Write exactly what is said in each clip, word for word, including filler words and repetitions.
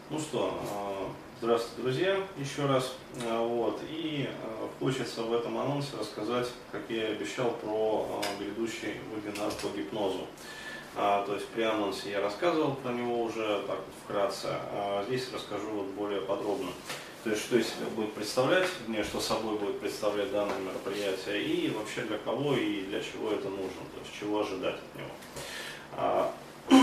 Ну что, здравствуйте, друзья, еще раз. Вот. И хочется в этом анонсе рассказать, как я и обещал, про грядущий вебинар по гипнозу. То есть при анонсе я рассказывал про него уже так вот вкратце, а здесь расскажу вот более подробно. То есть что из себя будет представлять, не, что собой будет представлять данное мероприятие и вообще для кого и для чего это нужно, то есть чего ожидать от него.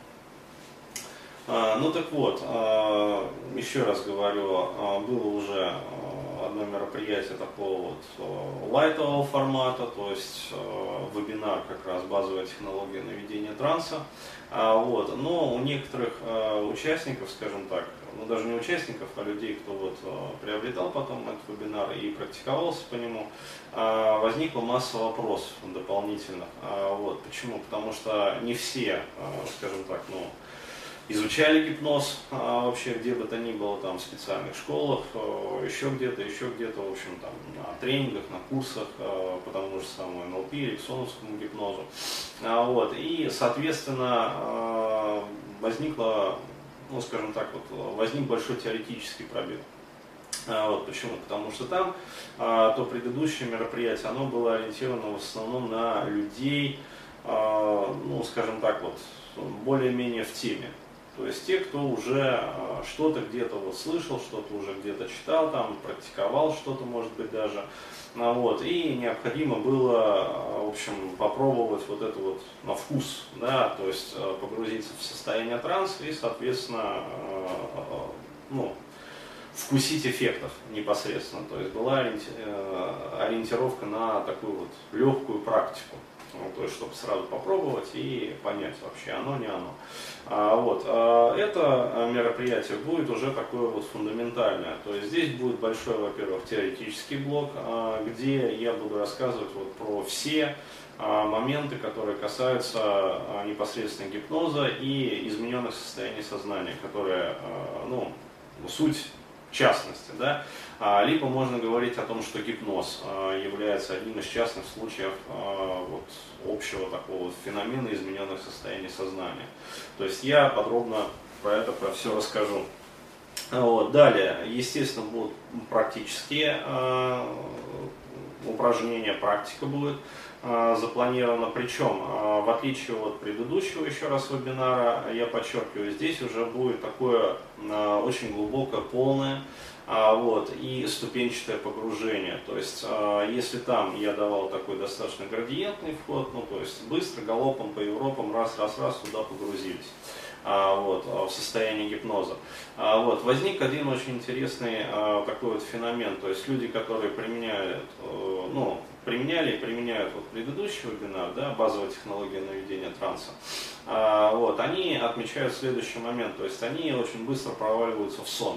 Ну так вот, еще раз говорю, было уже одно мероприятие такого вот лайтового формата, то есть вебинар как раз базовая технология наведения транса. Вот. Но у некоторых участников, скажем так, ну даже не участников, а людей, кто вот приобретал потом этот вебинар и практиковался по нему, возникла масса вопросов дополнительных. Вот. Почему? Потому что не все, скажем так, ну, изучали гипноз а, вообще где бы то ни было, там, в специальных школах, а, еще где-то, еще где-то, в общем, там, на тренингах, на курсах а, по тому же самому эн эл пи, эриксоновскому гипнозу. А, вот, и, соответственно, а, возникла, ну, скажем так, вот, возник большой теоретический пробел. А, вот, почему? Потому что там а, то предыдущее мероприятие, оно было ориентировано в основном на людей, а, ну, скажем так, вот, более-менее в теме. То есть те, кто уже что-то где-то вот слышал, что-то уже где-то читал, там, практиковал что-то, может быть, даже. Вот, и необходимо было, в общем, попробовать вот это вот на вкус, да, то есть погрузиться в состояние транса и, соответственно, ну, вкусить эффектов непосредственно. То есть была ориентировка на такую вот легкую практику. Ну, то есть, чтобы сразу попробовать и понять, вообще оно, не оно. А, вот, а, это мероприятие будет уже такое вот фундаментальное. То есть, здесь будет большой, во-первых, теоретический блок, а, где я буду рассказывать вот про все а, моменты, которые касаются а, непосредственно гипноза и измененных состояний сознания, которые, а, ну, суть в частности, да. Либо можно говорить о том, что гипноз является одним из частных случаев вот, общего такого вот феномена измененных состояний сознания. То есть я подробно про это, про все расскажу. Вот. Далее, естественно, будут практические э, упражнения, практика будет э, запланирована. Причем, э, в отличие от предыдущего еще раз вебинара, я подчеркиваю, здесь уже будет такое э, очень глубокое, полное, А, вот, и ступенчатое погружение. То есть, а, если там я давал такой достаточно градиентный вход, ну, то есть быстро, галопом по Европам, раз, раз, раз, туда погрузились, а, вот, в состояние гипноза. А, вот, возник один очень интересный а, такой вот феномен. То есть люди, которые применяют, а, ну, применяли и применяют вот предыдущий вебинар, да, базовая технология наведения транса, а, вот, они отмечают следующий момент. То есть они очень быстро проваливаются в сон.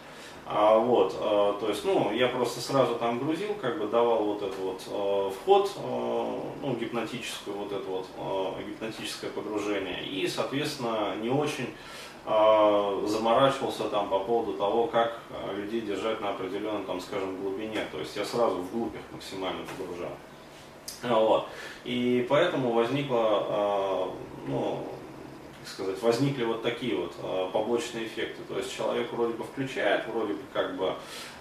А, вот, а, то есть, ну, я просто сразу там грузил, как бы давал вот этот вот а, вход, а, ну, гипнотическую, вот это вот а, гипнотическое погружение, и, соответственно, не очень а, заморачивался там по поводу того, как а, людей держать на определенной, там, скажем, глубине, то есть я сразу вглубь их максимально погружал. А, вот, и поэтому возникло, а, ну, сказать, возникли вот такие вот э, побочные эффекты. То есть человек вроде бы включает, вроде бы как бы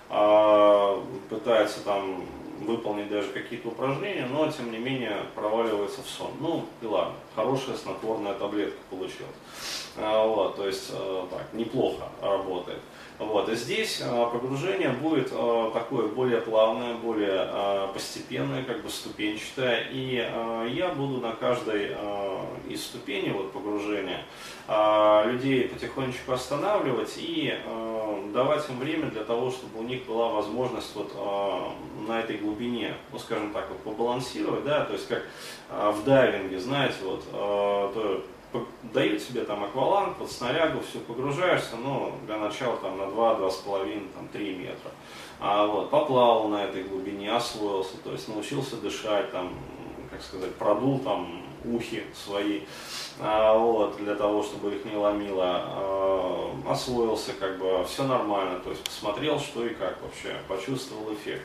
э, пытается там выполнить даже какие-то упражнения, но тем не менее проваливается в сон. Ну и ладно, хорошая снотворная таблетка получилась. Э, вот, то есть э, так, неплохо работает. Вот, и здесь э, погружение будет э, такое более плавное, более э, постепенное, как бы ступенчатое. И э, я буду на каждой э, из ступеней вот, погружения э, людей потихонечку останавливать и э, давать им время для того, чтобы у них была возможность вот, э, на этой глубине, ну скажем так, вот, побалансировать, да, то есть как э, в дайвинге, знаете, вот, э, то, дают тебе там акваланг, под снарягу, все погружаешься, ну, для начала там на два-два с половиной, там три метра. А, вот, поплавал на этой глубине, освоился, то есть научился дышать, там, как сказать, продул там ухи свои, а, вот, для того, чтобы их не ломило, а, освоился, как бы, все нормально, то есть посмотрел, что и как вообще, почувствовал эффект.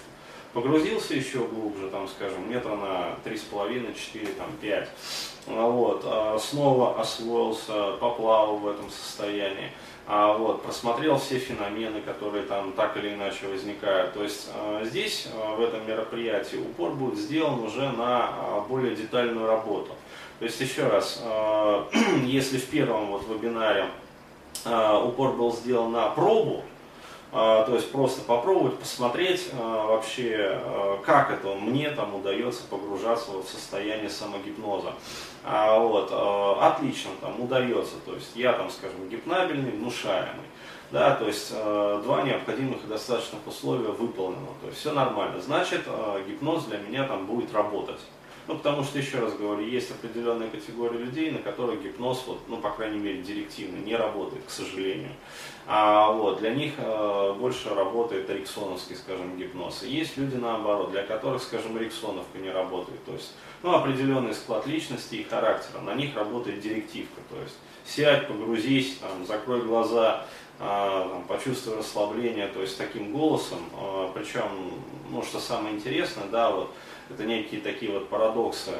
Погрузился еще глубже, там, скажем, метра на три с половиной, четыре, там, пять. Вот, снова освоился, поплавал в этом состоянии. А вот, просмотрел все феномены, которые там так или иначе возникают. То есть э, здесь, э, в этом мероприятии, упор будет сделан уже на э, более детальную работу. То есть еще раз, э, если в первом вот вебинаре э, упор был сделан на пробу, э, то есть просто попробовать, посмотреть э, вообще, э, как это мне там удается погружаться вот в состояние самогипноза. А, вот, э, отлично, там удается, то есть я там, скажем, гипнабельный, внушаемый, да, то есть э, два необходимых и достаточных условия выполнено, то есть все нормально, значит э, гипноз для меня там будет работать. Ну, потому что, еще раз говорю, есть определенная категория людей, на которых гипноз, вот, ну, по крайней мере, директивно не работает, к сожалению. А вот, для них э, больше работает эриксоновский, скажем, гипноз. И есть люди, наоборот, для которых, скажем, эриксоновка не работает. То есть, ну, определенный склад личности и характера, на них работает директивка. То есть, сядь, погрузись, там, закрой глаза, э, там, почувствуй расслабление, то есть, таким голосом. Э, причем, ну, что самое интересное, да, вот, это некие такие вот парадоксы.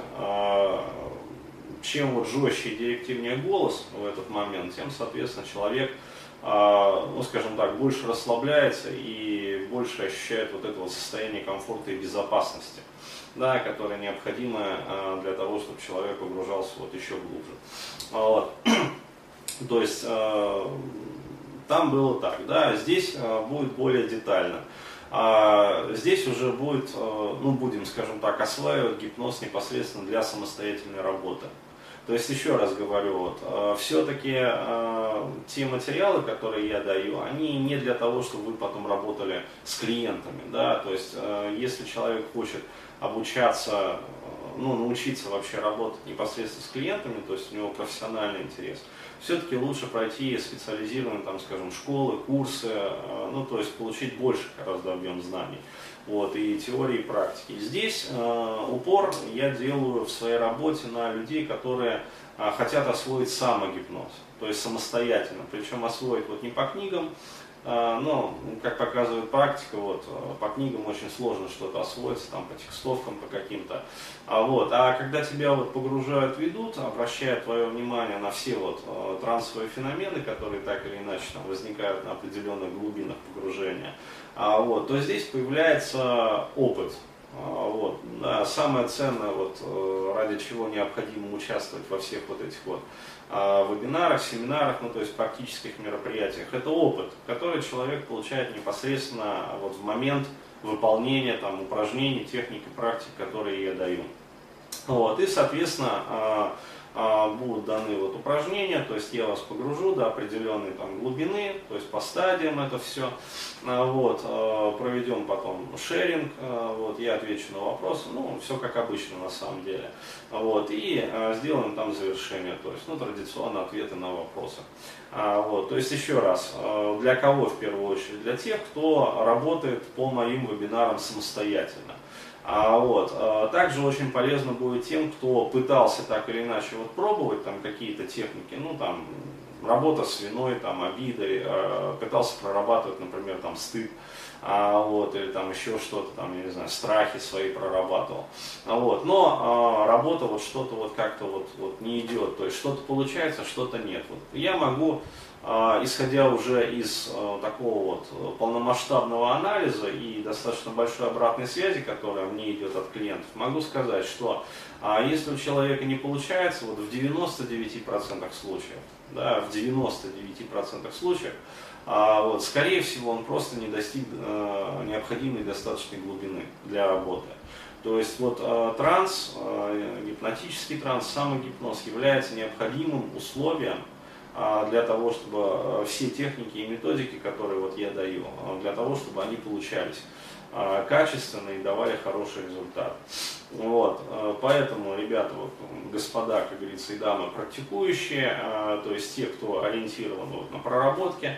Чем вот жестче и директивнее голос в этот момент, тем, соответственно, человек, ну, скажем так, больше расслабляется и больше ощущает вот это вот состояние комфорта и безопасности, да, которое необходимо для того, чтобы человек погружался вот еще глубже. Вот. То есть там было так, да, здесь будет более детально. А здесь уже будет, ну, будем, скажем так, осваивать гипноз непосредственно для самостоятельной работы. То есть, еще раз говорю, вот, все-таки э, те материалы, которые я даю, они не для того, чтобы вы потом работали с клиентами, да, то есть, э, если человек хочет обучаться, ну, научиться вообще работать непосредственно с клиентами, то есть у него профессиональный интерес, все-таки лучше пройти специализированные, там, скажем, школы, курсы, э, ну, то есть получить больше гораздо объем знаний. Вот, и теории, и практики. Здесь э, упор я делаю в своей работе на людей, которые э, хотят освоить самогипноз, то есть самостоятельно, причем освоить вот не по книгам, э, но, как показывает практика, вот, э, по книгам очень сложно что-то освоиться, там, по текстовкам, по каким-то. А, вот, а когда тебя вот погружают, ведут, обращают твое внимание на все вот, э, трансовые феномены, которые так или иначе там, возникают на определенных глубинах погружения, А, вот, то здесь появляется опыт. А, вот, да, самое ценное, вот, ради чего необходимо участвовать во всех вот этих вот а, вебинарах, семинарах, ну, то есть практических мероприятиях, это опыт, который человек получает непосредственно вот, в момент выполнения там, упражнений, техник и практик, которые я даю. Вот, и, соответственно, а, будут даны вот упражнения, то есть я вас погружу до определенной там глубины, то есть по стадиям это все, вот, проведем потом шеринг, вот, я отвечу на вопросы, ну, все как обычно на самом деле, вот, и сделаем там завершение, то есть, ну, традиционно ответы на вопросы. Вот, то есть, еще раз, для кого в первую очередь? Для тех, кто работает по моим вебинарам самостоятельно. А вот, а также очень полезно будет тем, кто пытался так или иначе вот пробовать там какие-то техники, ну там работа с виной, там обидой, э, пытался прорабатывать, например, там стыд, а, вот, или там еще что-то, там, я не знаю, страхи свои прорабатывал. А, вот, но э, работа вот что-то вот как-то вот, вот не идет, то есть что-то получается, что-то нет. Вот, я могу, э, исходя уже из э, такого вот полномасштабного анализа и достаточно большой обратной связи, которая мне идет от клиентов, могу сказать, что э, если у человека не получается, вот в девяноста девяти процентах случаев, да, в девяноста девяти процентах случаев, а, вот, скорее всего, он просто не достиг э, необходимой достаточной глубины для работы. То есть вот э, транс, э, гипнотический транс, самогипноз является необходимым условием э, для того, чтобы э, все техники и методики, которые вот я даю, э, для того, чтобы они получались э, качественно и давали хороший результат. Вот, э, поэтому, ребята, вот, господа, как говорится, и дамы практикующие, э, то есть те, кто ориентирован вот, на проработке,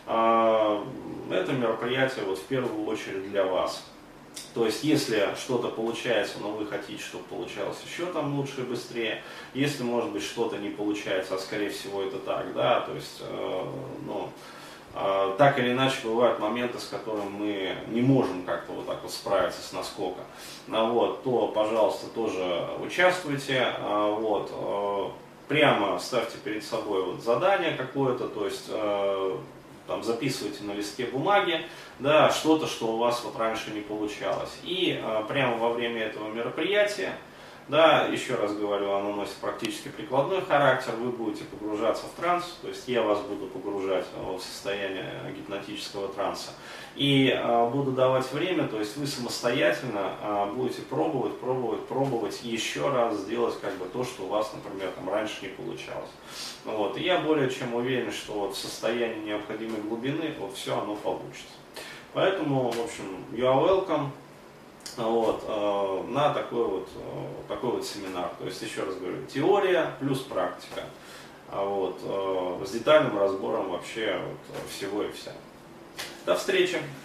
э, это мероприятие вот, в первую очередь для вас. То есть, если что-то получается, но вы хотите, чтобы получалось еще там лучше и быстрее, если, может быть, что-то не получается, а скорее всего это так, да, то есть, э, ну, Так или иначе бывают моменты, с которыми мы не можем как-то вот так вот справиться с наскока. Вот, то, пожалуйста, тоже участвуйте. Вот, прямо ставьте перед собой вот задание какое-то, то есть там, записывайте на листке бумаги, да, что-то, что у вас вот раньше не получалось. И прямо во время этого мероприятия, да, еще раз говорю, оно носит практически прикладной характер, вы будете погружаться в транс, то есть я вас буду погружать в состояние гипнотического транса. И а, буду давать время, то есть вы самостоятельно а, будете пробовать, пробовать, пробовать и еще раз сделать как бы то, что у вас, например, там раньше не получалось. Вот. И я более чем уверен, что вот в состоянии необходимой глубины вот все оно получится. Поэтому, в общем, you are welcome. Вот, э, на такой вот, э, такой вот семинар. То есть, еще раз говорю, теория плюс практика. А вот, э, с детальным разбором вообще вот, всего и вся. До встречи!